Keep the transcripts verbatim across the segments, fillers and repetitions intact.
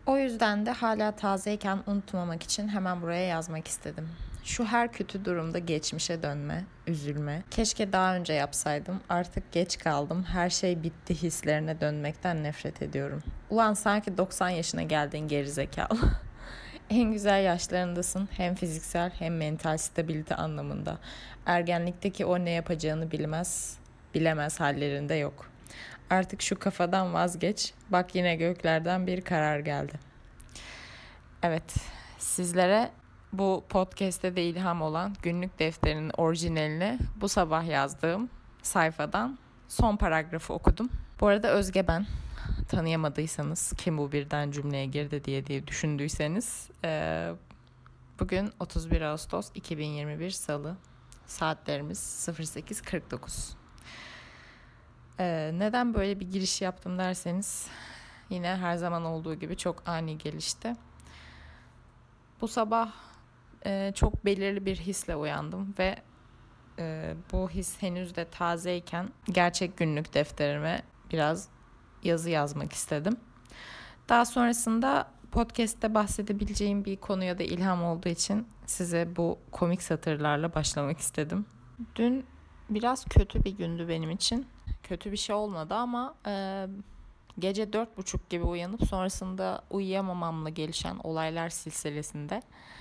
O yüzden de hala tazeyken unutmamak için hemen buraya yazmak istedim. Şu her kötü durumda geçmişe dönme, üzülme. Keşke daha önce yapsaydım, artık geç kaldım, her şey bitti hislerine dönmekten nefret ediyorum. Ulan sanki doksan yaşına geldiğin gerizekalı. En güzel yaşlarındasın, hem fiziksel hem mental stabilite anlamında. Ergenlikteki o ne yapacağını bilmez, bilemez hallerinde yok. Artık şu kafadan vazgeç, bak yine göklerden bir karar geldi. Evet, sizlere bu podcast'te de ilham olan günlük defterinin orijinalini bu sabah yazdığım sayfadan son paragrafı okudum. Bu arada Özge ben. Tanıyamadıysanız, kim bu birden cümleye girdi diye diye düşündüyseniz, e, bugün otuz bir Ağustos iki bin yirmi bir Salı, saatlerimiz sıfır sekiz kırk dokuz. E, neden böyle bir giriş yaptım derseniz, yine her zaman olduğu gibi çok ani gelişti. Bu sabah e, çok belirli bir hisle uyandım ve e, bu his henüz de tazeyken gerçek günlük defterime biraz yazı yazmak istedim. Daha sonrasında podcast'te bahsedebileceğim bir konuya da ilham olduğu için size bu komik satırlarla başlamak istedim. Dün biraz kötü bir gündü benim için. Kötü bir şey olmadı ama e, gece dört buçuk gibi uyanıp sonrasında uyuyamamamla gelişen olaylar silsilesinde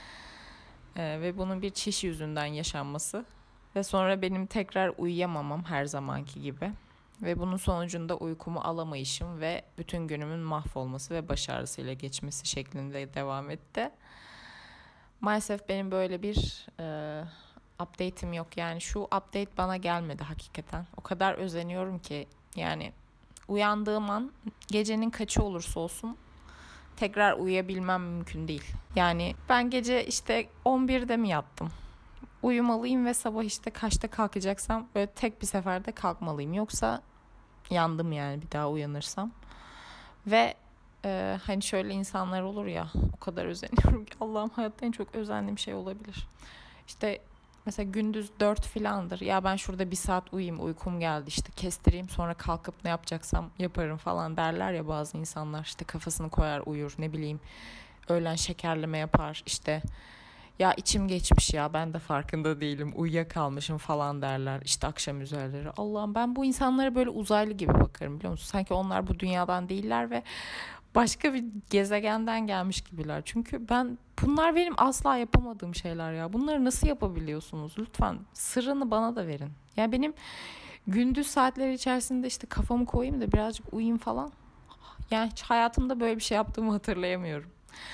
e, ve bunun bir çiş yüzünden yaşanması ve sonra benim tekrar uyuyamamam her zamanki gibi. Ve bunun sonucunda uykumu alamayışım ve bütün günümün mahvolması ve baş ağrısıyla geçmesi şeklinde devam etti. Maalesef benim böyle bir e, update'im yok. Yani şu update bana gelmedi hakikaten. O kadar özeniyorum ki yani uyandığım an gecenin kaçı olursa olsun tekrar uyuyabilmem mümkün değil. Yani ben gece işte on birde mi yattım? Uyumalıyım ve sabah işte kaçta kalkacaksam böyle tek bir seferde kalkmalıyım. Yoksa yandım yani bir daha uyanırsam. Ve e, hani şöyle insanlar olur ya, o kadar özeniyorum ki Allah'ım, hayatta en çok özendiğim şey olabilir. İşte mesela gündüz dört filandır. Ya ben şurada bir saat uyuyayım, uykum geldi, işte kestireyim, sonra kalkıp ne yapacaksam yaparım falan derler ya bazı insanlar. İşte kafasını koyar uyur, ne bileyim öğlen şekerleme yapar, işte ya içim geçmiş ya ben de farkında değilim, uyuyakalmışım falan derler işte akşam üzerleri. Allah'ım, ben bu insanlara böyle uzaylı gibi bakarım, biliyor musun? Sanki onlar bu dünyadan değiller ve başka bir gezegenden gelmiş gibiler. Çünkü ben, bunlar benim asla yapamadığım şeyler ya. Bunları nasıl yapabiliyorsunuz? Lütfen sırrını bana da verin. Yani benim gündüz saatleri içerisinde işte kafamı koyayım da birazcık uyuyayım falan. Yani hiç hayatımda böyle bir şey yaptığımı hatırlayamıyorum.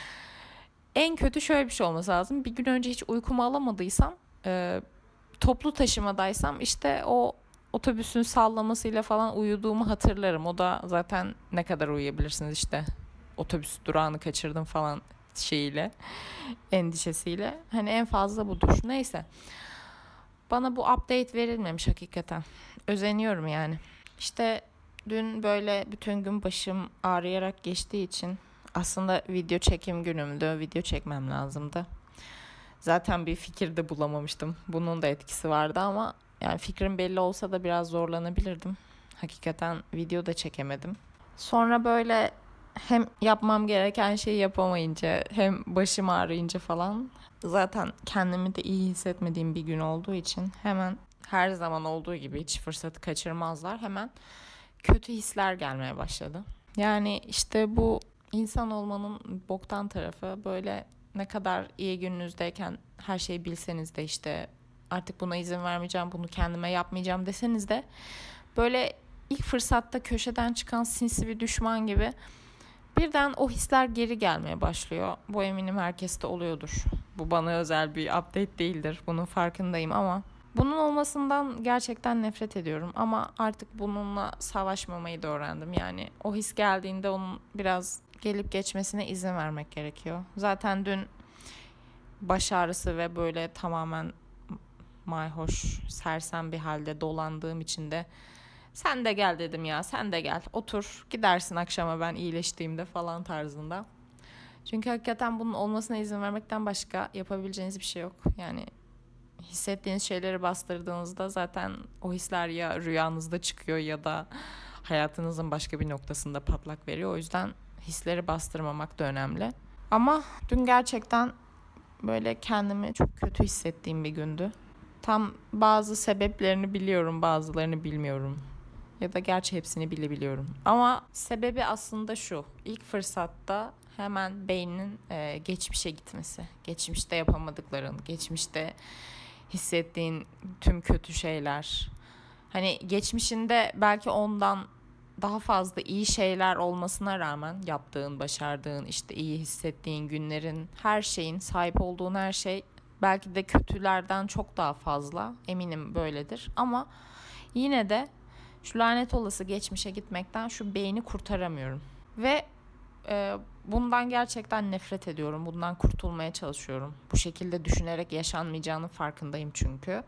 En kötü şöyle bir şey olması lazım. Bir gün önce hiç uykumu alamadıysam, e, toplu taşımadaysam işte o otobüsün sallamasıyla falan uyuduğumu hatırlarım. O da zaten ne kadar uyuyabilirsiniz işte, otobüs durağını kaçırdım falan şeyiyle, endişesiyle. Hani en fazla budur. Neyse. Bana bu update verilmemiş hakikaten. Özeniyorum yani. İşte dün böyle bütün gün başım ağrıyarak geçtiği için aslında video çekim günümdü. Video çekmem lazımdı. Zaten bir fikir de bulamamıştım. Bunun da etkisi vardı ama yani fikrim belli olsa da biraz zorlanabilirdim. Hakikaten video da çekemedim. Sonra böyle hem yapmam gereken şeyi yapamayınca hem başım ağrıyınca falan, zaten kendimi de iyi hissetmediğim bir gün olduğu için hemen, her zaman olduğu gibi hiç fırsatı kaçırmazlar, hemen kötü hisler gelmeye başladı. Yani işte bu insan olmanın boktan tarafı, böyle ne kadar iyi gününüzdeyken her şeyi bilseniz de işte artık buna izin vermeyeceğim, bunu kendime yapmayacağım deseniz de böyle ilk fırsatta köşeden çıkan sinsi bir düşman gibi birden o hisler geri gelmeye başlıyor. Bu eminim herkeste oluyordur. Bu bana özel bir update değildir. Bunun farkındayım ama bunun olmasından gerçekten nefret ediyorum. Ama artık bununla savaşmamayı da öğrendim. Yani o his geldiğinde onun biraz gelip geçmesine izin vermek gerekiyor. Zaten dün baş ağrısı ve böyle tamamen mayhoş, sersem bir halde dolandığım için de sen de gel dedim ya, sen de gel otur, gidersin akşama ben iyileştiğimde falan tarzında. Çünkü hakikaten bunun olmasına izin vermekten başka yapabileceğiniz bir şey yok. Yani hissettiğiniz şeyleri bastırdığınızda zaten o hisler ya rüyanızda çıkıyor ya da hayatınızın başka bir noktasında patlak veriyor. O yüzden hisleri bastırmamak da önemli. Ama dün gerçekten böyle kendimi çok kötü hissettiğim bir gündü. Tam bazı sebeplerini biliyorum, bazılarını bilmiyorum. Ya da gerçi hepsini bilebiliyorum. Ama sebebi aslında şu. İlk fırsatta hemen beynin e, geçmişe gitmesi. Geçmişte yapamadıkların, geçmişte hissettiğin tüm kötü şeyler. Hani geçmişinde belki ondan daha fazla iyi şeyler olmasına rağmen yaptığın, başardığın, işte iyi hissettiğin günlerin, her şeyin, sahip olduğun her şey belki de kötülerden çok daha fazla. Eminim böyledir. Ama yine de şu lanet olası geçmişe gitmekten şu beyni kurtaramıyorum. Ve e, bundan gerçekten nefret ediyorum. Bundan kurtulmaya çalışıyorum. Bu şekilde düşünerek yaşanmayacağının farkındayım çünkü.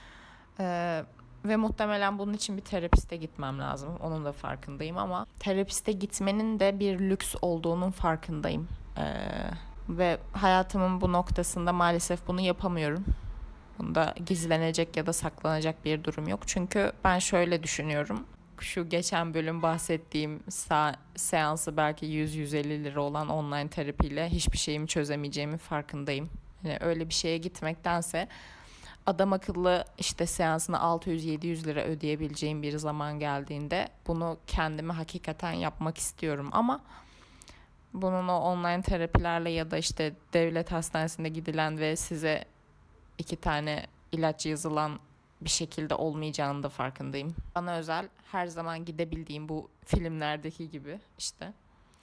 E, ve muhtemelen bunun için bir terapiste gitmem lazım. Onun da farkındayım ama terapiste gitmenin de bir lüks olduğunun farkındayım. E, ve hayatımın bu noktasında maalesef bunu yapamıyorum. Bunda gizlenecek ya da saklanacak bir durum yok. Çünkü ben şöyle düşünüyorum. Şu geçen bölüm bahsettiğim sa- seansı belki yüz yüz elli lira olan online terapiyle hiçbir şeyimi çözemeyeceğimin farkındayım. Yani öyle bir şeye gitmektense adam akıllı işte seansını altı yüz yedi yüz lira ödeyebileceğim bir zaman geldiğinde bunu kendime hakikaten yapmak istiyorum. Ama bunun o online terapilerle ya da işte devlet hastanesinde gidilen ve size iki tane ilaç yazılan bir şekilde olmayacağını da farkındayım. Bana özel her zaman gidebildiğim bu filmlerdeki gibi işte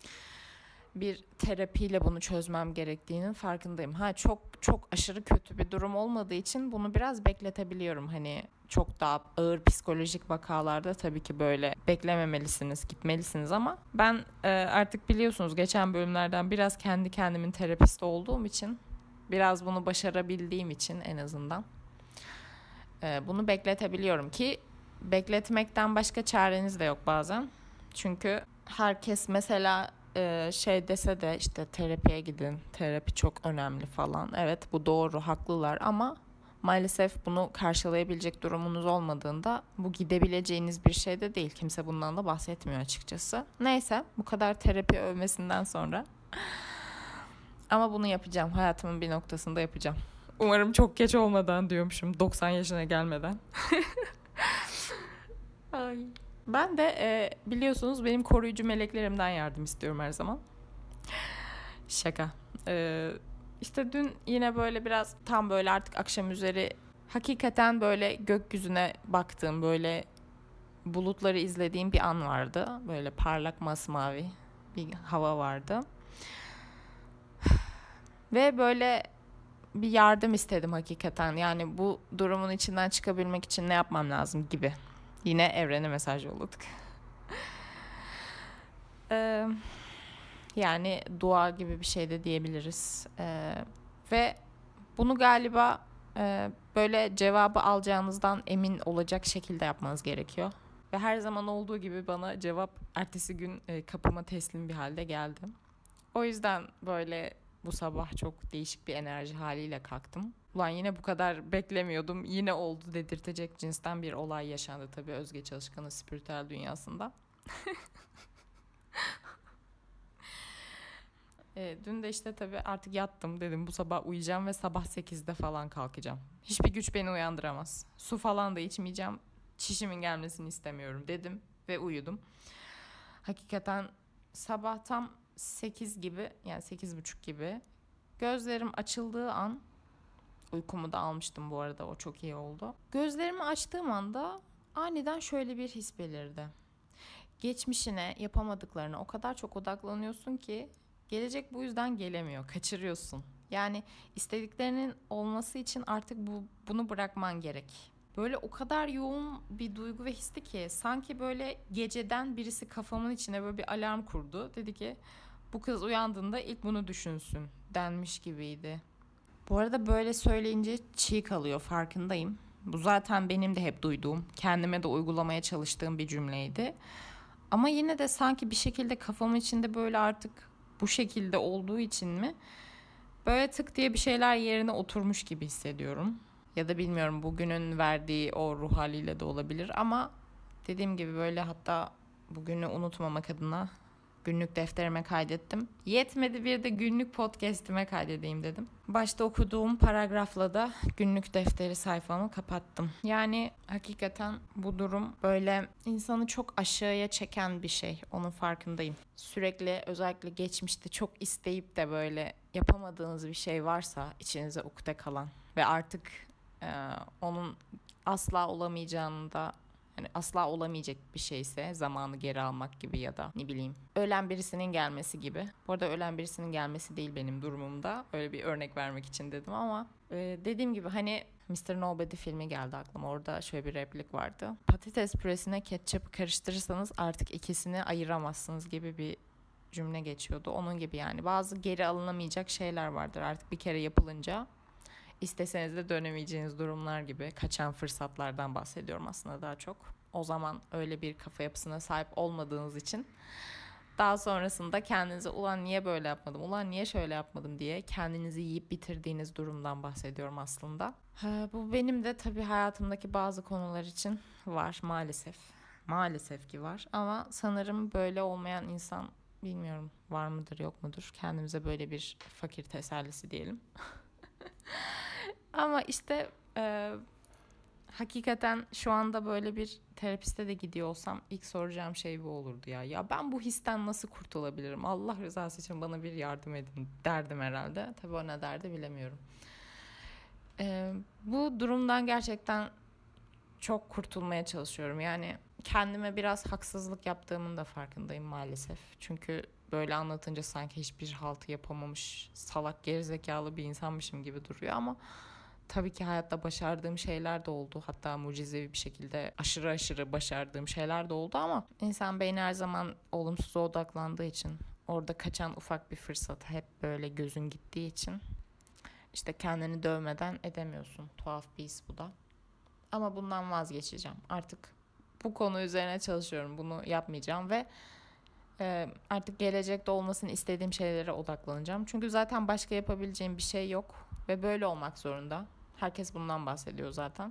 bir terapiyle bunu çözmem gerektiğinin farkındayım. Ha çok çok aşırı kötü bir durum olmadığı için bunu biraz bekletebiliyorum. Hani çok daha ağır psikolojik vakalarda tabii ki böyle beklememelisiniz, gitmelisiniz ama ben e, artık biliyorsunuz geçen bölümlerden biraz kendi kendimin terapisti olduğum için, biraz bunu başarabildiğim için en azından e, bunu bekletebiliyorum ki bekletmekten başka çareniz de yok bazen. Çünkü herkes mesela e, şey dese de işte terapiye gidin, terapi çok önemli falan. Evet bu doğru, haklılar ama maalesef bunu karşılayabilecek durumunuz olmadığında bu gidebileceğiniz bir şey de değil. Kimse bundan da bahsetmiyor açıkçası. Neyse bu kadar terapi övmesinden sonra ama bunu yapacağım. Hayatımın bir noktasında yapacağım. Umarım çok geç olmadan diyormuşum. doksan yaşına gelmeden. Ay. Ben de e, biliyorsunuz benim koruyucu meleklerimden yardım istiyorum her zaman. Şaka. Ee, işte dün yine böyle biraz tam böyle artık akşam üzeri hakikaten böyle gökyüzüne baktığım, böyle bulutları izlediğim bir an vardı. Böyle parlak masmavi bir hava vardı. Ve böyle bir yardım istedim hakikaten. Yani bu durumun içinden çıkabilmek için ne yapmam lazım gibi. Yine evrene mesaj yolladık. Ee, yani dua gibi bir şey de diyebiliriz. Ee, ve bunu galiba e, böyle cevabı alacağınızdan emin olacak şekilde yapmanız gerekiyor. Ve her zaman olduğu gibi bana cevap ertesi gün e, kapıma teslim bir halde geldi. O yüzden böyle bu sabah çok değişik bir enerji haliyle kalktım. Ulan yine bu kadar beklemiyordum. Yine oldu dedirtecek cinsten bir olay yaşandı tabii Özge Çalışkan'ın spiritüel dünyasında. e, dün de işte tabii artık yattım dedim bu sabah uyuyacağım ve sabah sekizde falan kalkacağım. Hiçbir güç beni uyandıramaz. Su falan da içmeyeceğim. Çişimin gelmesini istemiyorum dedim ve uyudum. Hakikaten sabah tam sekiz gibi, yani sekiz buçuk gibi gözlerim açıldığı an, uykumu da almıştım bu arada, o çok iyi oldu. Gözlerimi açtığım anda aniden şöyle bir his belirdi. Geçmişine, yapamadıklarına o kadar çok odaklanıyorsun ki gelecek bu yüzden gelemiyor, kaçırıyorsun. Yani istediklerinin olması için artık bu, bunu bırakman gerek. Böyle o kadar yoğun bir duygu ve histi ki sanki böyle geceden birisi kafamın içine böyle bir alarm kurdu. Dedi ki bu kız uyandığında ilk bunu düşünsün denmiş gibiydi. Bu arada böyle söyleyince çiğ kalıyor, farkındayım. Bu zaten benim de hep duyduğum, kendime de uygulamaya çalıştığım bir cümleydi. Ama yine de sanki bir şekilde kafamın içinde böyle artık bu şekilde olduğu için mi böyle tık diye bir şeyler yerine oturmuş gibi hissediyorum. Ya da bilmiyorum, bugünün verdiği o ruh haliyle de olabilir ama dediğim gibi böyle, hatta bugünü unutmamak adına günlük defterime kaydettim. Yetmedi, bir de günlük podcast'ime kaydedeyim dedim. Başta okuduğum paragrafla da günlük defteri sayfamı kapattım. Yani hakikaten bu durum böyle insanı çok aşağıya çeken bir şey. Onun farkındayım. Sürekli, özellikle geçmişte çok isteyip de böyle yapamadığınız bir şey varsa içinize ukde kalan ve artık e, onun asla olamayacağını da, yani asla olamayacak bir şeyse, zamanı geri almak gibi ya da ne bileyim ölen birisinin gelmesi gibi. Bu arada ölen birisinin gelmesi değil benim durumumda. Öyle bir örnek vermek için dedim ama e, dediğim gibi hani mister Nobody filmi geldi aklıma. Orada şöyle bir replik vardı. Patates püresine ketçapı karıştırırsanız artık ikisini ayıramazsınız gibi bir cümle geçiyordu. Onun gibi yani bazı geri alınamayacak şeyler vardır artık bir kere yapılınca. İsteseniz de dönemeyeceğiniz durumlar gibi, kaçan fırsatlardan bahsediyorum aslında daha çok. O zaman öyle bir kafa yapısına sahip olmadığınız için daha sonrasında kendinize ulan niye böyle yapmadım, ulan niye şöyle yapmadım diye kendinizi yiyip bitirdiğiniz durumdan bahsediyorum aslında. Ha, bu benim de tabii hayatımdaki bazı konular için var maalesef. Maalesef ki var ama sanırım böyle olmayan insan bilmiyorum var mıdır yok mudur. Kendimize böyle bir fakir tesellisi diyelim. Ama işte e, hakikaten şu anda böyle bir terapiste de gidiyor olsam ilk soracağım şey bu olurdu ya. Ya ben bu histen nasıl kurtulabilirim? Allah rızası için bana bir yardım edin derdim herhalde. Tabii o ne derdi bilemiyorum. E, bu durumdan gerçekten çok kurtulmaya çalışıyorum. Yani kendime biraz haksızlık yaptığımın da farkındayım maalesef. Çünkü böyle anlatınca sanki hiçbir haltı yapamamış, salak gerizekalı bir insanmışım gibi duruyor ama tabii ki hayatta başardığım şeyler de oldu. Hatta mucizevi bir şekilde aşırı aşırı başardığım şeyler de oldu ama insan beyni her zaman olumsuza odaklandığı için, orada kaçan ufak bir fırsat hep böyle gözün gittiği için işte kendini dövmeden edemiyorsun. Tuhaf bir his bu da. Ama bundan vazgeçeceğim. Artık bu konu üzerine çalışıyorum. Bunu yapmayacağım ve e, artık gelecekte olmasını istediğim şeylere odaklanacağım. Çünkü zaten başka yapabileceğim bir şey yok ve böyle olmak zorunda. Herkes bundan bahsediyor zaten.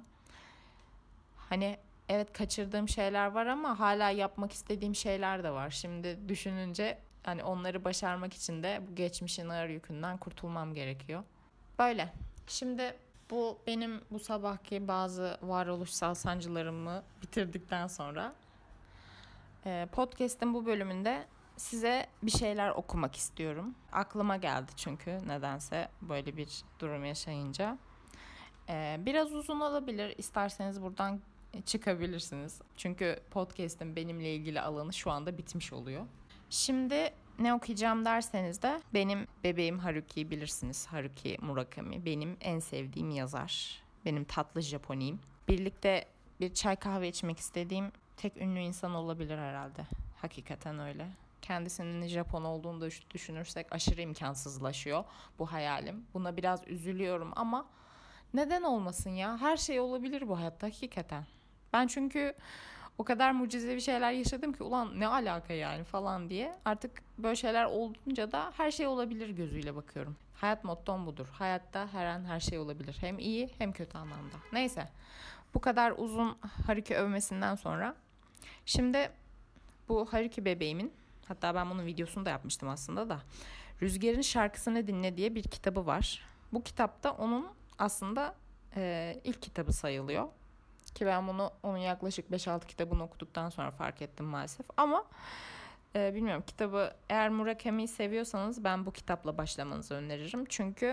Hani evet kaçırdığım şeyler var ama hala yapmak istediğim şeyler de var. Şimdi düşününce hani onları başarmak için de bu geçmişin ağır yükünden kurtulmam gerekiyor. Böyle. Şimdi bu benim bu sabahki bazı varoluşsal sancılarımı bitirdikten sonra podcast'in bu bölümünde size bir şeyler okumak istiyorum. Aklıma geldi çünkü nedense böyle bir durum yaşayınca. Biraz uzun olabilir. İsterseniz buradan çıkabilirsiniz. Çünkü podcast'in benimle ilgili alanı şu anda bitmiş oluyor. Şimdi ne okuyacağım derseniz de benim bebeğim Haruki'yi bilirsiniz. Haruki Murakami benim en sevdiğim yazar. Benim tatlı Japoniyim. Birlikte bir çay kahve içmek istediğim tek ünlü insan olabilir herhalde. Hakikaten öyle. Kendisinin Japon olduğunu da düşünürsek aşırı imkansızlaşıyor bu hayalim. Buna biraz üzülüyorum ama neden olmasın ya? Her şey olabilir bu hayatta hakikaten. Ben çünkü o kadar mucizevi şeyler yaşadım ki ulan ne alaka yani falan diye. Artık böyle şeyler olunca da her şey olabilir gözüyle bakıyorum. Hayat mottom budur. Hayatta her an her şey olabilir. Hem iyi hem kötü anlamda. Neyse. Bu kadar uzun Haruki övmesinden sonra. Şimdi bu Haruki bebeğimin, hatta ben bunun videosunu da yapmıştım aslında da. Rüzgar'ın Şarkısını Dinle diye bir kitabı var. Bu kitapta onun aslında e, ilk kitabı sayılıyor. Ki ben bunu onun yaklaşık beş altı kitabını okuduktan sonra fark ettim maalesef. Ama e, bilmiyorum, kitabı eğer Murakami'yi seviyorsanız ben bu kitapla başlamanızı öneririm. Çünkü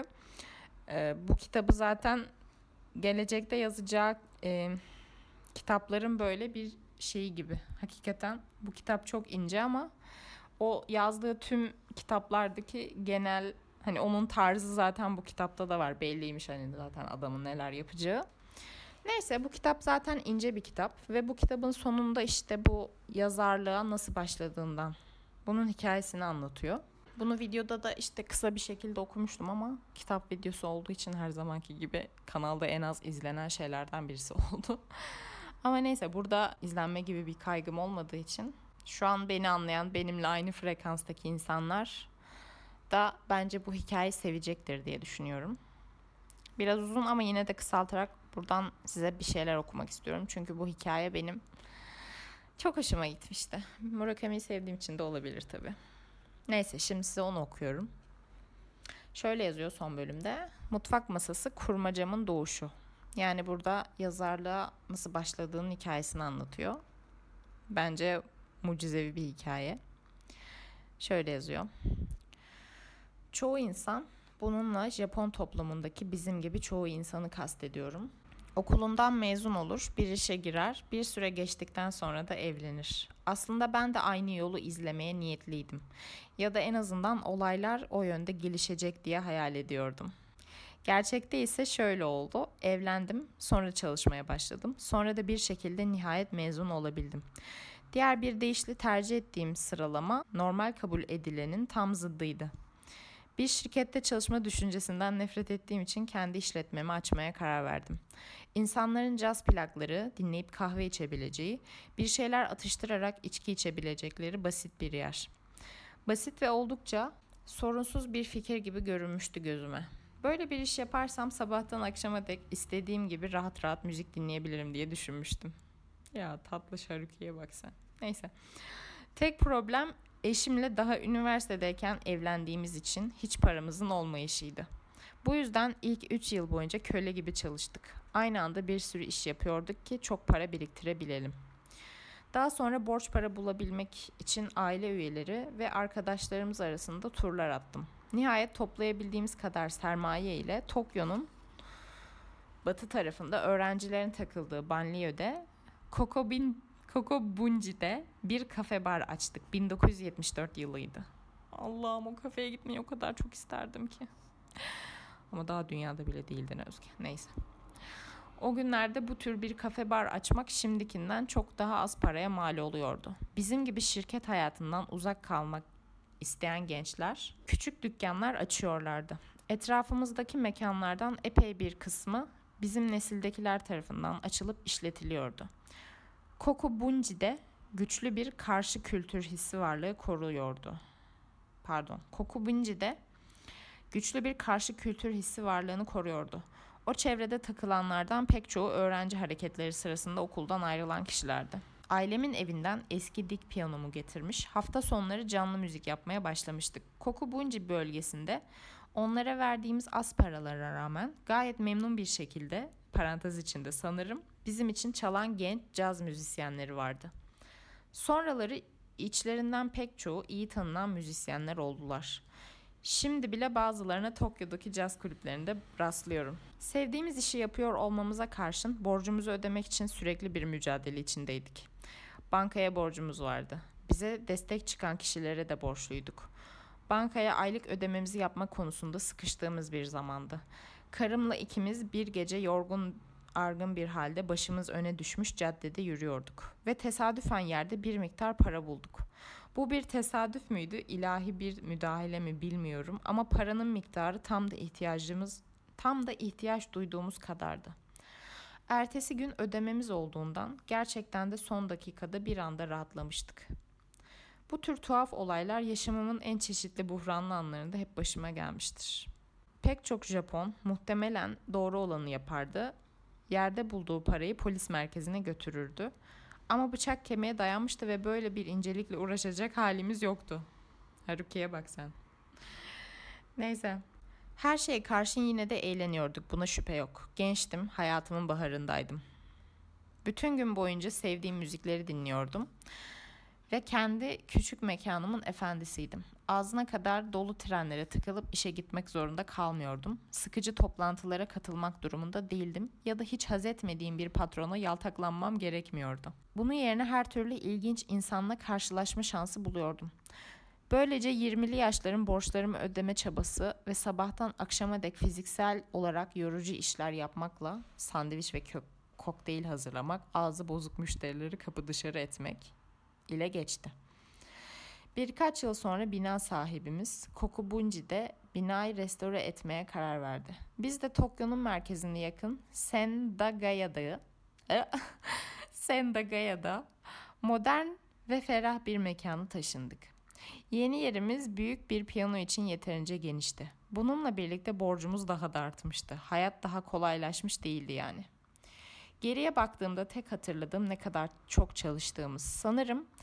e, bu kitabı zaten gelecekte yazacağı e, kitapların böyle bir şeyi gibi. Hakikaten bu kitap çok ince ama o yazdığı tüm kitaplardaki genel hani onun tarzı zaten bu kitapta da var. Belliymiş hani zaten adamın neler yapacağı. Neyse bu kitap zaten ince bir kitap ve bu kitabın sonunda işte bu yazarlığa nasıl başladığından, bunun hikayesini anlatıyor. Bunu videoda da işte kısa bir şekilde okumuştum ama kitap videosu olduğu için her zamanki gibi kanalda en az izlenen şeylerden birisi oldu. Ama neyse burada izlenme gibi bir kaygım olmadığı için şu an beni anlayan, benimle aynı frekanstaki insanlar da bence bu hikayeyi sevecektir diye düşünüyorum. Biraz uzun ama yine de kısaltarak buradan size bir şeyler okumak istiyorum. Çünkü bu hikaye benim çok hoşuma gitmişti. Murakami'yi sevdiğim için de olabilir tabii. Neyse, şimdi size onu okuyorum. Şöyle yazıyor son bölümde. Mutfak masası kurmacamın doğuşu. Yani burada yazarlığa nasıl başladığının hikayesini anlatıyor. Bence mucizevi bir hikaye. Şöyle yazıyor. Çoğu insan, bununla Japon toplumundaki bizim gibi çoğu insanı kastediyorum, okulundan mezun olur, bir işe girer, bir süre geçtikten sonra da evlenir. Aslında ben de aynı yolu izlemeye niyetliydim. Ya da en azından olaylar o yönde gelişecek diye hayal ediyordum. Gerçekte ise şöyle oldu. Evlendim, sonra çalışmaya başladım. Sonra da bir şekilde nihayet mezun olabildim. Diğer bir deyişle tercih ettiğim sıralama normal kabul edilenin tam zıddıydı. Bir şirkette çalışma düşüncesinden nefret ettiğim için kendi işletmemi açmaya karar verdim. İnsanların caz plakları dinleyip kahve içebileceği, bir şeyler atıştırarak içki içebilecekleri basit bir yer. Basit ve oldukça sorunsuz bir fikir gibi görünmüştü gözüme. Böyle bir iş yaparsam sabahtan akşama dek istediğim gibi rahat rahat müzik dinleyebilirim diye düşünmüştüm. Ya tatlı Şaruki'ye bak sen. Neyse. Tek problem eşimle daha üniversitedeyken evlendiğimiz için hiç paramızın olmayışıydı. Bu yüzden ilk üç yıl boyunca köle gibi çalıştık. Aynı anda bir sürü iş yapıyorduk ki çok para biriktirebilelim. Daha sonra borç para bulabilmek için aile üyeleri ve arkadaşlarımız arasında turlar attım. Nihayet toplayabildiğimiz kadar sermaye ile Tokyo'nun batı tarafında öğrencilerin takıldığı banliyöde Kokobin Kokobunji'de bir kafe bar açtık. bin dokuz yüz yetmiş dört yılıydı. Allah'ım, o kafeye gitmeyi o kadar çok isterdim ki. Ama daha dünyada bile değildin Özge. Neyse. O günlerde bu tür bir kafe bar açmak şimdikinden çok daha az paraya mal oluyordu. Bizim gibi şirket hayatından uzak kalmak isteyen gençler küçük dükkanlar açıyorlardı. Etrafımızdaki mekanlardan epey bir kısmı bizim nesildekiler tarafından açılıp işletiliyordu. Kokubunji'de güçlü bir karşı kültür hissi varlığı koruyordu. Pardon, Kokubunji'de güçlü bir karşı kültür hissi varlığını koruyordu. O çevrede takılanlardan pek çoğu öğrenci hareketleri sırasında okuldan ayrılan kişilerdi. Ailemin evinden eski dik piyanomu getirmiş, hafta sonları canlı müzik yapmaya başlamıştık. Kokubunji bölgesinde onlara verdiğimiz az paralara rağmen gayet memnun bir şekilde, parantez içinde sanırım, bizim için çalan genç caz müzisyenleri vardı. Sonraları içlerinden pek çoğu iyi tanınan müzisyenler oldular. Şimdi bile bazılarına Tokyo'daki caz kulüplerinde rastlıyorum. Sevdiğimiz işi yapıyor olmamıza karşın borcumuzu ödemek için sürekli bir mücadele içindeydik. Bankaya borcumuz vardı. Bize destek çıkan kişilere de borçluyduk. Bankaya aylık ödememizi yapma konusunda sıkıştığımız bir zamandı. Karımla ikimiz bir gece yorgun argın bir halde başımız öne düşmüş caddede yürüyorduk. Ve tesadüfen yerde bir miktar para bulduk. Bu bir tesadüf müydü, ilahi bir müdahale mi bilmiyorum ama paranın miktarı tam da ihtiyacımız, tam da ihtiyaç duyduğumuz kadardı. Ertesi gün ödememiz olduğundan gerçekten de son dakikada bir anda rahatlamıştık. Bu tür tuhaf olaylar yaşamımın en çeşitli buhranlı anlarında hep başıma gelmiştir. Pek çok Japon muhtemelen doğru olanı yapardı. Yerde bulduğu parayı polis merkezine götürürdü. Ama bıçak kemiğe dayanmıştı ve böyle bir incelikle uğraşacak halimiz yoktu. Haruki'ye bak sen. Neyse. Her şeye karşın yine de eğleniyorduk, buna şüphe yok. Gençtim, hayatımın baharındaydım. Bütün gün boyunca sevdiğim müzikleri dinliyordum. Ve kendi küçük mekanımın efendisiydim. Ağzına kadar dolu trenlere tıkılıp işe gitmek zorunda kalmıyordum. Sıkıcı toplantılara katılmak durumunda değildim ya da hiç haz etmediğim bir patrona yaltaklanmam gerekmiyordu. Bunun yerine her türlü ilginç insanla karşılaşma şansı buluyordum. Böylece yirmili yaşların borçlarımı ödeme çabası ve sabahtan akşama dek fiziksel olarak yorucu işler yapmakla sandviç ve kök, kokteyl hazırlamak, ağzı bozuk müşterileri kapı dışarı etmek ile geçti. Birkaç yıl sonra bina sahibimiz Kokubunji'de binayı restore etmeye karar verdi. Biz de Tokyo'nun merkezine yakın Sendagaya'da Sendagaya'da modern ve ferah bir mekana taşındık. Yeni yerimiz büyük bir piyano için yeterince genişti. Bununla birlikte borcumuz daha da artmıştı. Hayat daha kolaylaşmış değildi yani. Geriye baktığımda tek hatırladığım ne kadar çok çalıştığımız. Sanırım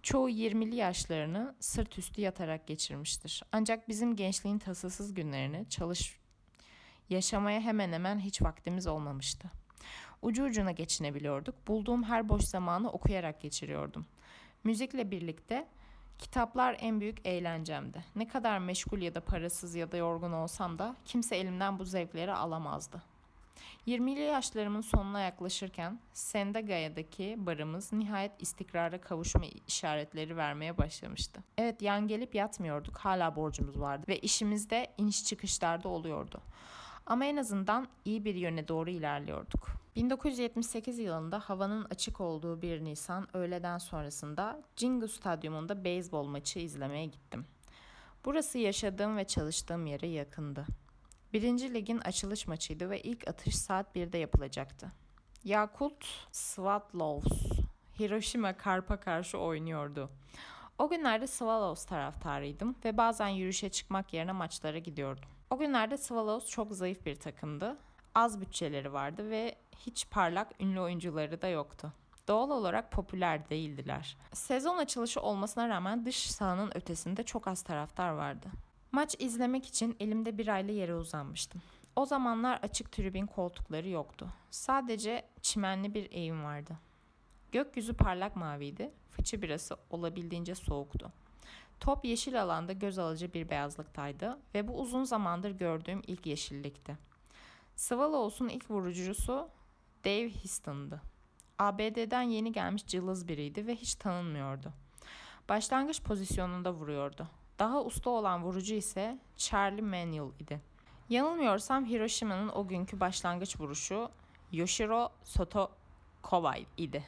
Çoğu yirmili yaşlarını sırt üstü yatarak geçirmiştir. Ancak bizim gençliğin tasasız günlerini çalış yaşamaya hemen hemen hiç vaktimiz olmamıştı. Ucu ucuna geçinebiliyorduk. Bulduğum her boş zamanı okuyarak geçiriyordum. Müzikle birlikte kitaplar en büyük eğlencemdi. Ne kadar meşgul ya da parasız ya da yorgun olsam da kimse elimden bu zevkleri alamazdı. yirmili yaşlarımın sonuna yaklaşırken Sendagaya'daki barımız nihayet istikrara kavuşma işaretleri vermeye başlamıştı. Evet, yan gelip yatmıyorduk, hala borcumuz vardı ve işimizde iniş çıkışlarda oluyordu. Ama en azından iyi bir yöne doğru ilerliyorduk. bin dokuz yüz yetmiş sekiz yılında havanın açık olduğu bir Nisan öğleden sonrasında Jingu Stadyumunda beyzbol maçı izlemeye gittim. Burası yaşadığım ve çalıştığım yere yakındı. Birinci Lig'in açılış maçıydı ve ilk atış saat birde yapılacaktı. Yakult Swallows Hiroshima Carp'a karşı oynuyordu. O günlerde Swallows taraftarıydım ve bazen yürüyüşe çıkmak yerine maçlara gidiyordum. O günlerde Swallows çok zayıf bir takımdı. Az bütçeleri vardı ve hiç parlak ünlü oyuncuları da yoktu. Doğal olarak popüler değildiler. Sezon açılışı olmasına rağmen dış sahanın ötesinde çok az taraftar vardı. Maç izlemek için elimde bir aylı yere uzanmıştım. O zamanlar açık tribün koltukları yoktu. Sadece çimenli bir evim vardı. Gökyüzü parlak maviydi, fıçı birası olabildiğince soğuktu. Top yeşil alanda göz alıcı bir beyazlıktaydı ve bu uzun zamandır gördüğüm ilk yeşillikti. Swallows'un ilk vurucusu Dave Histon'dı. A B D'den yeni gelmiş cılız biriydi ve hiç tanınmıyordu. Başlangıç pozisyonunda vuruyordu. Daha usta olan vurucu ise Charlie Manuel idi. Yanılmıyorsam Hiroshima'nın o günkü başlangıç vuruşu Yoshiro Sotokowai idi.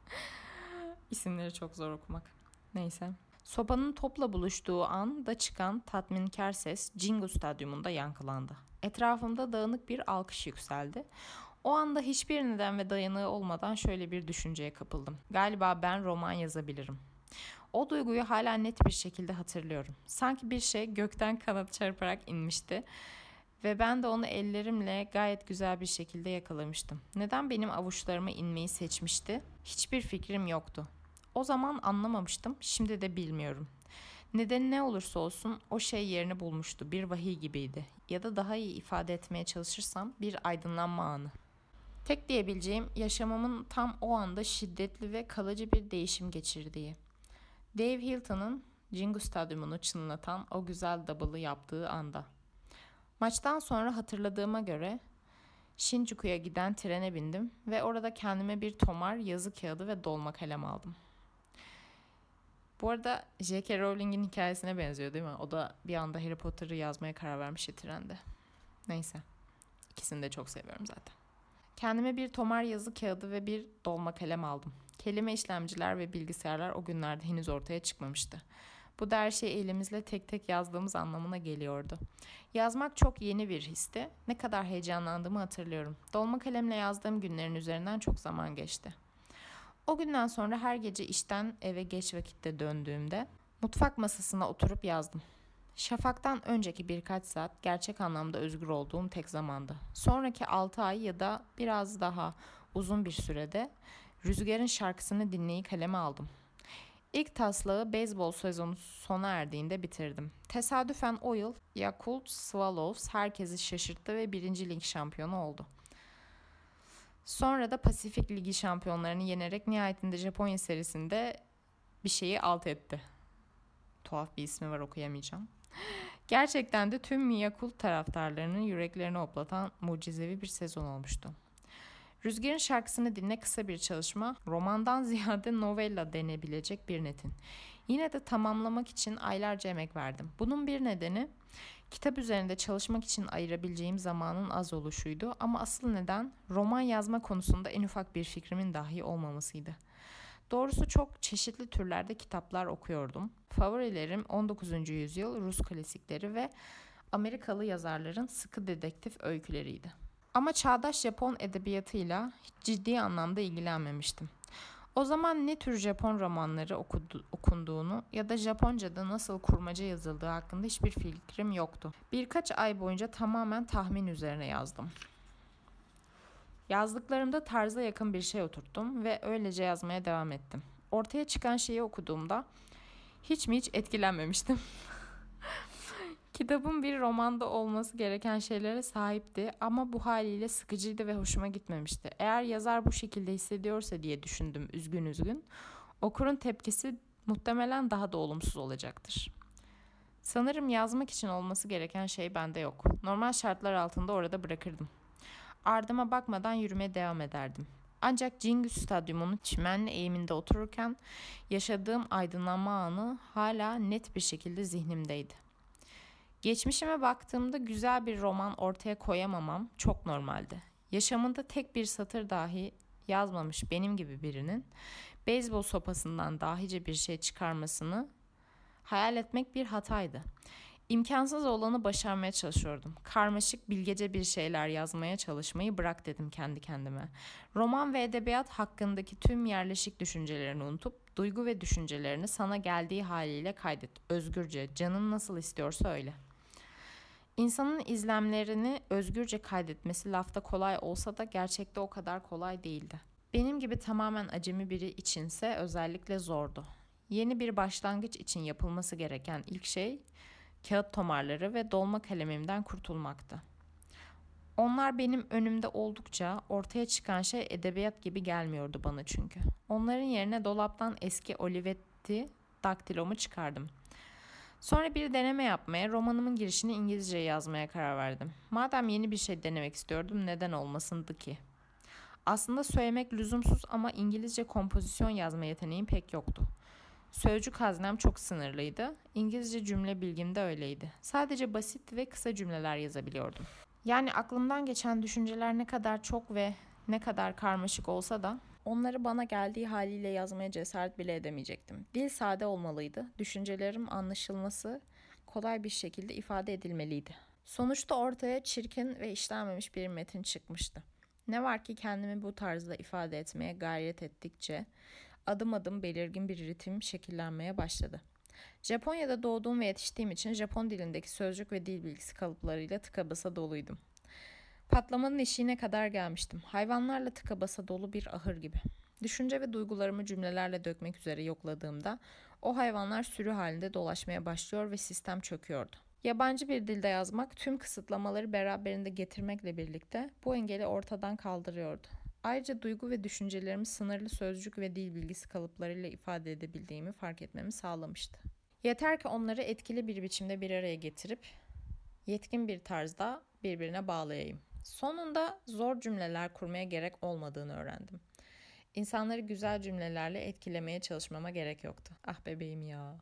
İsimleri çok zor okumak. Neyse. Sopanın topla buluştuğu anda çıkan tatminkar ses Jingu Stadyumunda yankılandı. Etrafımda dağınık bir alkış yükseldi. O anda hiçbir neden ve dayanığı olmadan şöyle bir düşünceye kapıldım. Galiba ben roman yazabilirim. O duyguyu hala net bir şekilde hatırlıyorum. Sanki bir şey gökten kanat çarparak inmişti ve ben de onu ellerimle gayet güzel bir şekilde yakalamıştım. Neden benim avuçlarıma inmeyi seçmişti? Hiçbir fikrim yoktu. O zaman anlamamıştım, şimdi de bilmiyorum. Nedeni ne olursa olsun o şey yerini bulmuştu, bir vahiy gibiydi. Ya da daha iyi ifade etmeye çalışırsam bir aydınlanma anı. Tek diyebileceğim yaşamımın tam o anda şiddetli ve kalıcı bir değişim geçirdiği. Dave Hilton'ın Jingu Stadyumunu çınlatan o güzel double'ı yaptığı anda. Maçtan sonra hatırladığıma göre Shinjuku'ya giden trene bindim ve orada kendime bir tomar yazı kağıdı ve dolma kalem aldım. Bu arada J K. Rowling'in hikayesine benziyor değil mi? O da bir anda Harry Potter'ı yazmaya karar vermişti trende. Neyse. İkisini de çok seviyorum zaten. Kendime bir tomar yazı kağıdı ve bir dolma kalem aldım. Kelime işlemciler ve bilgisayarlar o günlerde henüz ortaya çıkmamıştı. Bu da her şeyi elimizle tek tek yazdığımız anlamına geliyordu. Yazmak çok yeni bir histi. Ne kadar heyecanlandığımı hatırlıyorum. Dolma kalemle yazdığım günlerin üzerinden çok zaman geçti. O günden sonra her gece işten eve geç vakitte döndüğümde mutfak masasına oturup yazdım. Şafak'tan önceki birkaç saat gerçek anlamda özgür olduğum tek zamandı. Sonraki altı ay ya da biraz daha uzun bir sürede Rüzgar'ın şarkısını dinleyip kaleme aldım. İlk taslağı beyzbol sezonu sona erdiğinde bitirdim. Tesadüfen o yıl Yakult Swallows herkesi şaşırttı ve birinci lig şampiyonu oldu. Sonra da Pasifik Ligi şampiyonlarını yenerek nihayetinde Japonya serisinde bir şeyi alt etti. Tuhaf bir ismi var, okuyamayacağım. Gerçekten de tüm Yakult taraftarlarının yüreklerini hoplatan mucizevi bir sezon olmuştu. Rüzgar'ın şarkısını dinle kısa bir çalışma, romandan ziyade novella denebilecek bir metin. Yine de tamamlamak için aylarca emek verdim. Bunun bir nedeni kitap üzerinde çalışmak için ayırabileceğim zamanın az oluşuydu ama asıl neden roman yazma konusunda en ufak bir fikrimin dahi olmamasıydı. Doğrusu çok çeşitli türlerde kitaplar okuyordum. Favorilerim on dokuzuncu yüzyıl Rus klasikleri ve Amerikalı yazarların sıkı dedektif öyküleriydi. Ama çağdaş Japon edebiyatıyla hiç ciddi anlamda ilgilenmemiştim. O zaman ne tür Japon romanları okudu, okunduğunu ya da Japonca'da nasıl kurmaca yazıldığı hakkında hiçbir fikrim yoktu. Birkaç ay boyunca tamamen tahmin üzerine yazdım. Yazdıklarımda tarza yakın bir şey oturttum ve öylece yazmaya devam ettim. Ortaya çıkan şeyi okuduğumda hiç mi hiç etkilenmemiştim. Kitabın bir romanda olması gereken şeylere sahipti ama bu haliyle sıkıcıydı ve hoşuma gitmemişti. Eğer yazar bu şekilde hissediyorsa diye düşündüm üzgün üzgün. Okurun tepkisi muhtemelen daha da olumsuz olacaktır. Sanırım yazmak için olması gereken şey bende yok. Normal şartlar altında orada bırakırdım. Ardıma bakmadan yürümeye devam ederdim. Ancak Cingüz Stadyumu'nun çimenli eğiminde otururken yaşadığım aydınlanma anı hala net bir şekilde zihnimdeydi. Geçmişime baktığımda güzel bir roman ortaya koyamamam çok normaldi. Yaşamında tek bir satır dahi yazmamış benim gibi birinin beyzbol sopasından dahice bir şey çıkarmasını hayal etmek bir hataydı. İmkansız olanı başarmaya çalışıyordum. Karmaşık, bilgece bir şeyler yazmaya çalışmayı bırak dedim kendi kendime. Roman ve edebiyat hakkındaki tüm yerleşik düşüncelerini unutup, duygu ve düşüncelerini sana geldiği haliyle kaydet. Özgürce, canın nasıl istiyorsa öyle. İnsanın izlemlerini özgürce kaydetmesi lafta kolay olsa da gerçekte o kadar kolay değildi. Benim gibi tamamen acemi biri içinse özellikle zordu. Yeni bir başlangıç için yapılması gereken ilk şey kağıt tomarları ve dolma kalemimden kurtulmaktı. Onlar benim önümde oldukça ortaya çıkan şey edebiyat gibi gelmiyordu bana çünkü. Onların yerine dolaptan eski Olivetti daktilomu çıkardım. Sonra bir deneme yapmaya, romanımın girişini İngilizce yazmaya karar verdim. Madem yeni bir şey denemek istiyordum, neden olmasındı ki? Aslında söylemek lüzumsuz ama İngilizce kompozisyon yazma yeteneğim pek yoktu. Sözcük haznem çok sınırlıydı. İngilizce cümle bilgim de öyleydi. Sadece basit ve kısa cümleler yazabiliyordum. Yani aklımdan geçen düşünceler ne kadar çok ve ne kadar karmaşık olsa da onları bana geldiği haliyle yazmaya cesaret bile edemeyecektim. Dil sade olmalıydı. Düşüncelerim anlaşılması kolay bir şekilde ifade edilmeliydi. Sonuçta ortaya çirkin ve işlenmemiş bir metin çıkmıştı. Ne var ki kendimi bu tarzda ifade etmeye gayret ettikçe adım adım belirgin bir ritim şekillenmeye başladı. Japonya'da doğduğum ve yetiştiğim için Japon dilindeki sözcük ve dil bilgisi kalıplarıyla tıka basa doluydum. Patlamanın eşiğine kadar gelmiştim. Hayvanlarla tıka basa dolu bir ahır gibi. Düşünce ve duygularımı cümlelerle dökmek üzere yokladığımda o hayvanlar sürü halinde dolaşmaya başlıyor ve sistem çöküyordu. Yabancı bir dilde yazmak tüm kısıtlamaları beraberinde getirmekle birlikte bu engeli ortadan kaldırıyordu. Ayrıca duygu ve düşüncelerimi sınırlı sözcük ve dil bilgisi kalıplarıyla ifade edebildiğimi fark etmemi sağlamıştı. Yeter ki onları etkili bir biçimde bir araya getirip yetkin bir tarzda birbirine bağlayayım. Sonunda zor cümleler kurmaya gerek olmadığını öğrendim. İnsanları güzel cümlelerle etkilemeye çalışmama gerek yoktu. Ah bebeğim ya.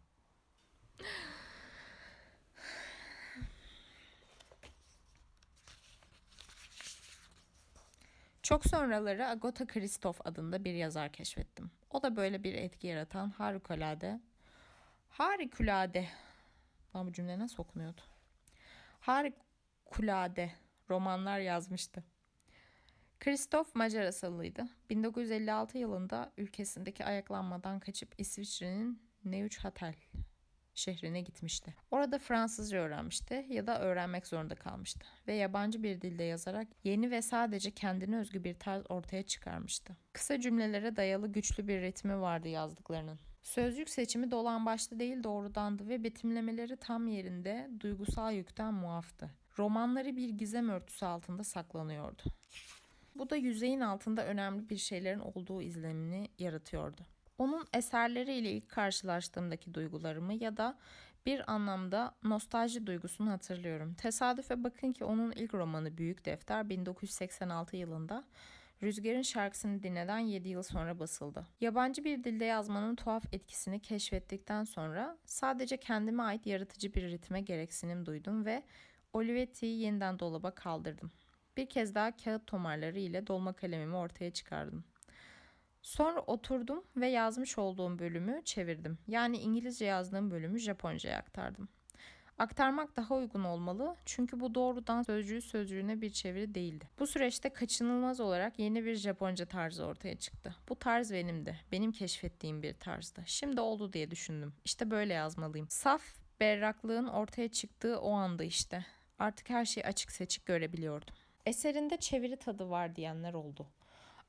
Çok sonraları Agatha Christoph adında bir yazar keşfettim. O da böyle bir etki yaratan harikulade, harikulade, lan bu cümle nasıl okunuyordu? Harikulade romanlar yazmıştı. Christoph Macar asıllıydı. bin dokuz yüz elli altı yılında ülkesindeki ayaklanmadan kaçıp İsviçre'nin Neuchâtel şehrine gitmişti. Orada Fransızca öğrenmişti ya da öğrenmek zorunda kalmıştı ve yabancı bir dilde yazarak yeni ve sadece kendine özgü bir tarz ortaya çıkarmıştı. Kısa cümlelere dayalı güçlü bir ritmi vardı yazdıklarının. Sözcük seçimi dolan başlı değil doğrudandı ve betimlemeleri tam yerinde, duygusal yükten muaftı. Romanları bir gizem örtüsü altında saklanıyordu. Bu da yüzeyin altında önemli bir şeylerin olduğu izlenimini yaratıyordu. Onun eserleriyle ilk karşılaştığımdaki duygularımı ya da bir anlamda nostalji duygusunu hatırlıyorum. Tesadüfe bakın ki onun ilk romanı Büyük Defter bin dokuz yüz seksen altı yılında Rüzgar'ın şarkısını dinleden yedi yıl sonra basıldı. Yabancı bir dilde yazmanın tuhaf etkisini keşfettikten sonra sadece kendime ait yaratıcı bir ritme gereksinim duydum ve Olivetti'yi yeniden dolaba kaldırdım. Bir kez daha kağıt tomarları ile dolma kalemimi ortaya çıkardım. Sonra oturdum ve yazmış olduğum bölümü çevirdim. Yani İngilizce yazdığım bölümü Japonca'ya aktardım. Aktarmak daha uygun olmalı çünkü bu doğrudan sözcüğü sözcüğüne bir çeviri değildi. Bu süreçte kaçınılmaz olarak yeni bir Japonca tarzı ortaya çıktı. Bu tarz benimdi. Benim keşfettiğim bir tarzdı. Şimdi oldu diye düşündüm. İşte böyle yazmalıyım. Saf berraklığın ortaya çıktığı o anda işte. Artık her şeyi açık seçik görebiliyordum. Eserinde çeviri tadı var diyenler oldu.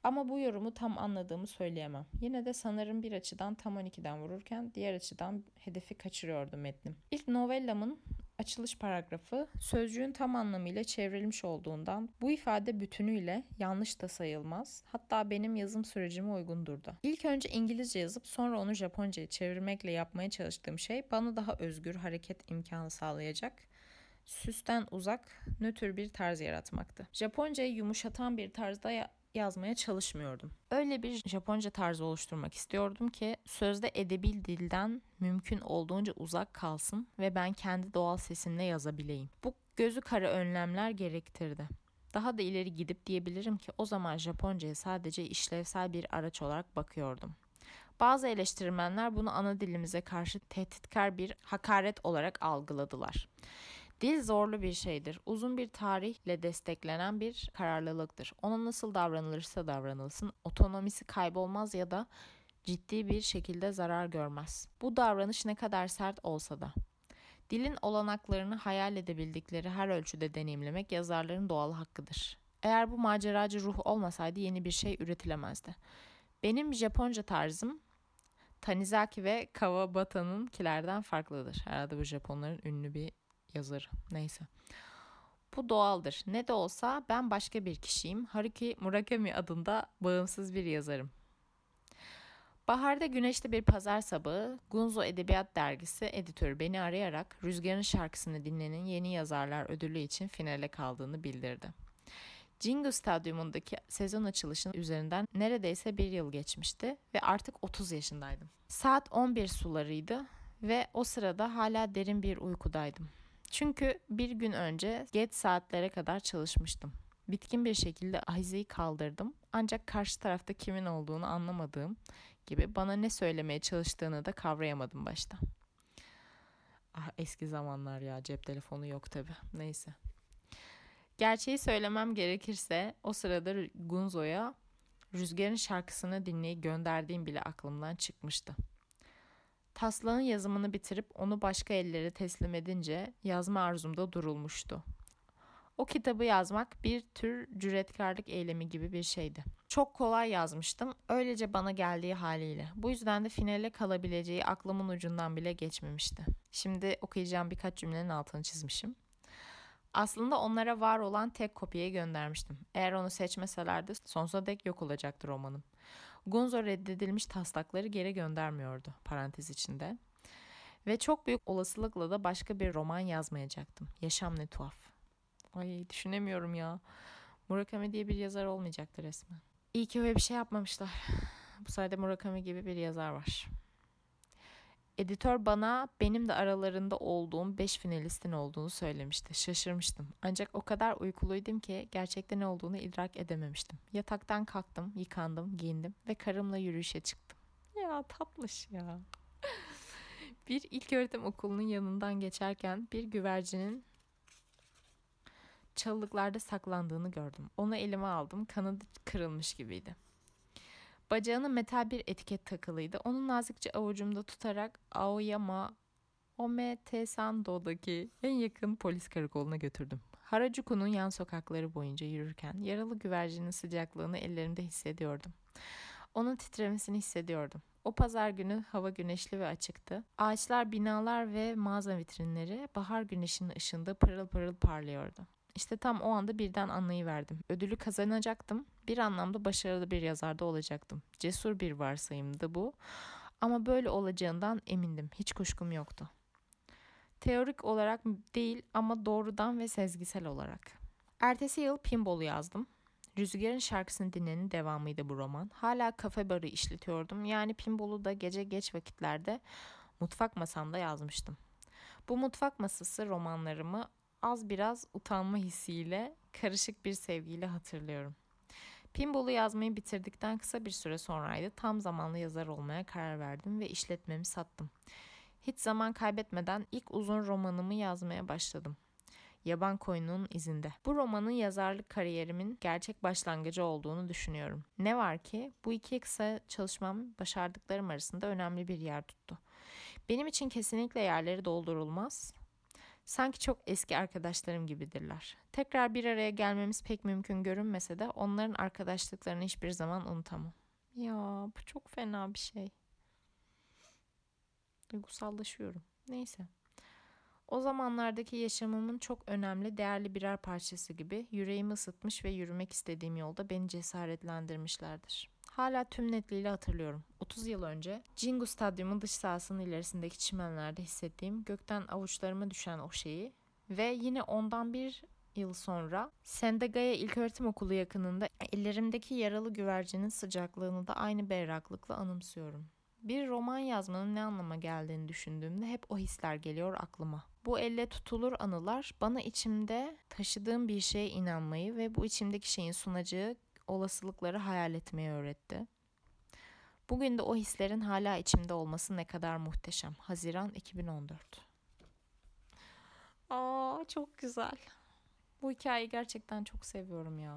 Ama bu yorumu tam anladığımı söyleyemem. Yine de sanırım bir açıdan tam on ikiden vururken diğer açıdan hedefi kaçırıyordu metnim. İlk novellamın açılış paragrafı sözcüğün tam anlamıyla çevrilmiş olduğundan bu ifade bütünüyle yanlış da sayılmaz. Hatta benim yazım sürecime uygundur da. İlk önce İngilizce yazıp sonra onu Japonca'ya çevirmekle yapmaya çalıştığım şey bana daha özgür hareket imkanı sağlayacak, süsten uzak, nötr bir tarz yaratmaktı. Japoncayı yumuşatan bir tarzda ya- yazmaya çalışmıyordum. Öyle bir Japonca tarzı oluşturmak istiyordum ki sözde edebi dilden mümkün olduğunca uzak kalsın ve ben kendi doğal sesimle yazabileyim. Bu gözü kara önlemler gerektirdi. Daha da ileri gidip diyebilirim ki o zaman Japonca'ya sadece işlevsel bir araç olarak bakıyordum. Bazı eleştirmenler bunu ana dilimize karşı tehditkar bir hakaret olarak algıladılar. Dil zorlu bir şeydir. Uzun bir tarihle desteklenen bir kararlılıktır. Ona nasıl davranılırsa davranılsın, otonomisi kaybolmaz ya da ciddi bir şekilde zarar görmez. Bu davranış ne kadar sert olsa da. Dilin olanaklarını hayal edebildikleri her ölçüde deneyimlemek yazarların doğal hakkıdır. Eğer bu maceracı ruh olmasaydı yeni bir şey üretilemezdi. Benim Japonca tarzım Tanizaki ve Kawabata'nınkilerden farklıdır. Herhalde bu Japonların ünlü bir yazarı. Neyse. Bu doğaldır. Ne de olsa ben başka bir kişiyim. Haruki Murakami adında bağımsız bir yazarım. Baharda güneşli bir pazar sabahı Gunzo Edebiyat Dergisi editörü beni arayarak Rüzgar'ın şarkısını dinlenin yeni yazarlar ödülü için finale kaldığını bildirdi. Jingu Stadyumundaki sezon açılışının üzerinden neredeyse bir yıl geçmişti ve artık otuz yaşındaydım. Saat on bir sularıydı ve o sırada hala derin bir uykudaydım. Çünkü bir gün önce geç saatlere kadar çalışmıştım. Bitkin bir şekilde ahizeyi kaldırdım. Ancak karşı tarafta kimin olduğunu anlamadığım gibi bana ne söylemeye çalıştığını da kavrayamadım başta. Ah, eski zamanlar ya, cep telefonu yok tabii. Neyse. Gerçeği söylemem gerekirse o sırada Gunzo'ya Rüzgar'ın şarkısını dinleyip gönderdiğim bile aklımdan çıkmıştı. Taslağın yazımını bitirip onu başka ellere teslim edince yazma arzumda durulmuştu. O kitabı yazmak bir tür cüretkarlık eylemi gibi bir şeydi. Çok kolay yazmıştım, öylece bana geldiği haliyle. Bu yüzden de finale kalabileceği aklımın ucundan bile geçmemişti. Şimdi okuyacağım birkaç cümlenin altını çizmişim. Aslında onlara var olan tek kopyayı göndermiştim. Eğer onu seçmeselerdi sonsuza dek yok olacaktı romanım. Gunzo reddedilmiş taslakları geri göndermiyordu parantez içinde. Ve çok büyük olasılıkla da başka bir roman yazmayacaktım. Yaşam ne tuhaf. Ay, düşünemiyorum ya. Murakami diye bir yazar olmayacaktı resmen. İyi ki öyle bir şey yapmamışlar. Bu sayede Murakami gibi bir yazar var. Editör bana benim de aralarında olduğum beş finalistin olduğunu söylemişti. Şaşırmıştım. Ancak o kadar uykuluydum ki gerçekten ne olduğunu idrak edememiştim. Yataktan kalktım, yıkandım, giyindim ve karımla yürüyüşe çıktım. Ya tatlış ya. Bir ilköğretim okulunun yanından geçerken bir güvercinin çalılıklarda saklandığını gördüm. Onu elime aldım. Kanadı kırılmış gibiydi. Bacağına metal bir etiket takılıydı. Onu nazikçe avucumda tutarak Aoyama Ometesando'daki en yakın polis karakoluna götürdüm. Harajuku'nun yan sokakları boyunca yürürken yaralı güvercinin sıcaklığını ellerimde hissediyordum. Onun titremesini hissediyordum. O pazar günü hava güneşli ve açıktı. Ağaçlar, binalar ve mağaza vitrinleri bahar güneşinin ışığında pırıl pırıl parlıyordu. İşte tam o anda birden anlayıverdim. Ödülü kazanacaktım. Bir anlamda başarılı bir yazarda olacaktım. Cesur bir varsayımdı bu. Ama böyle olacağından emindim. Hiç kuşkum yoktu. Teorik olarak değil ama doğrudan ve sezgisel olarak. Ertesi yıl Pinball'u yazdım. Rüzgar'ın şarkısını dinlenin devamıydı bu roman. Hala kafe barı işletiyordum. Yani Pinball'u da gece geç vakitlerde mutfak masamda yazmıştım. Bu mutfak masası romanlarımı az biraz utanma hissiyle, karışık bir sevgiyle hatırlıyorum. Pinball'u yazmayı bitirdikten kısa bir süre sonraydı. Tam zamanlı yazar olmaya karar verdim ve işletmemi sattım. Hiç zaman kaybetmeden ilk uzun romanımı yazmaya başladım. Yaban Koyunun İzinde. Bu romanın yazarlık kariyerimin gerçek başlangıcı olduğunu düşünüyorum. Ne var ki bu iki kısa çalışmam başardıklarım arasında önemli bir yer tuttu. Benim için kesinlikle yerleri doldurulmaz. Sanki çok eski arkadaşlarım gibidirler. Tekrar bir araya gelmemiz pek mümkün görünmese de onların arkadaşlıklarını hiçbir zaman unutamam. Ya bu çok fena bir şey. Duygusallaşıyorum. Neyse. O zamanlardaki yaşamımın çok önemli, değerli birer parçası gibi yüreğimi ısıtmış ve yürümek istediğim yolda beni cesaretlendirmişlerdir. Hala tüm netliğiyle hatırlıyorum. otuz yıl önce Jingu Stadyumu dış sahasının ilerisindeki çimenlerde hissettiğim gökten avuçlarıma düşen o şeyi ve yine ondan bir yıl sonra Sendagaya İlköğretim Okulu yakınında ellerimdeki yaralı güvercinin sıcaklığını da aynı berraklıkla anımsıyorum. Bir roman yazmanın ne anlama geldiğini düşündüğümde hep o hisler geliyor aklıma. Bu elle tutulur anılar bana içimde taşıdığım bir şeye inanmayı ve bu içimdeki şeyin sunacağı olasılıkları hayal etmeyi öğretti. Bugün de o hislerin hala içimde olması ne kadar muhteşem. Haziran iki bin on dört. Aa, çok güzel. Bu hikayeyi gerçekten çok seviyorum ya.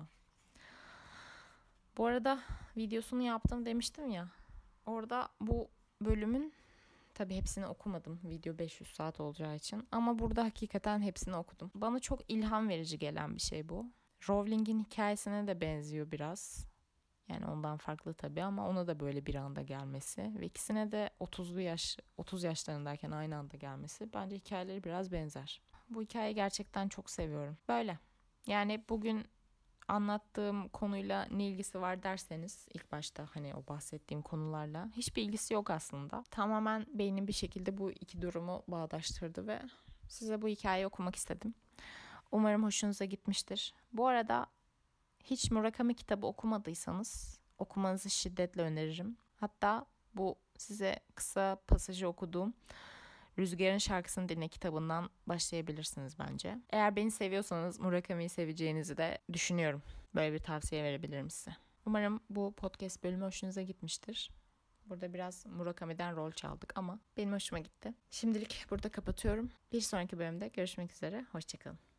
Bu arada videosunu yaptım demiştim ya. Orada bu bölümün tabii hepsini okumadım. Video beş yüz saat olacağı için. Ama burada hakikaten hepsini okudum. Bana çok ilham verici gelen bir şey bu. Rowling'in hikayesine de benziyor biraz. Yani ondan farklı tabii ama ona da böyle bir anda gelmesi ve ikisine de otuzlu yaş otuz yaşlarındayken aynı anda gelmesi bence hikayeleri biraz benzer. Bu hikayeyi gerçekten çok seviyorum. Böyle. Yani bugün anlattığım konuyla ne ilgisi var derseniz ilk başta hani o bahsettiğim konularla hiçbir ilgisi yok aslında. Tamamen beynim bir şekilde bu iki durumu bağdaştırdı ve size bu hikayeyi okumak istedim. Umarım hoşunuza gitmiştir. Bu arada hiç Murakami kitabı okumadıysanız okumanızı şiddetle öneririm. Hatta bu size kısa pasajı okuduğum Rüzgar'ın Şarkısını Dinle kitabından başlayabilirsiniz bence. Eğer beni seviyorsanız Murakami'yi seveceğinizi de düşünüyorum. Böyle bir tavsiye verebilirim size. Umarım bu podcast bölümü hoşunuza gitmiştir. Burada biraz Murakami'den rol çaldık ama benim hoşuma gitti. Şimdilik burada kapatıyorum. Bir sonraki bölümde görüşmek üzere. Hoşçakalın.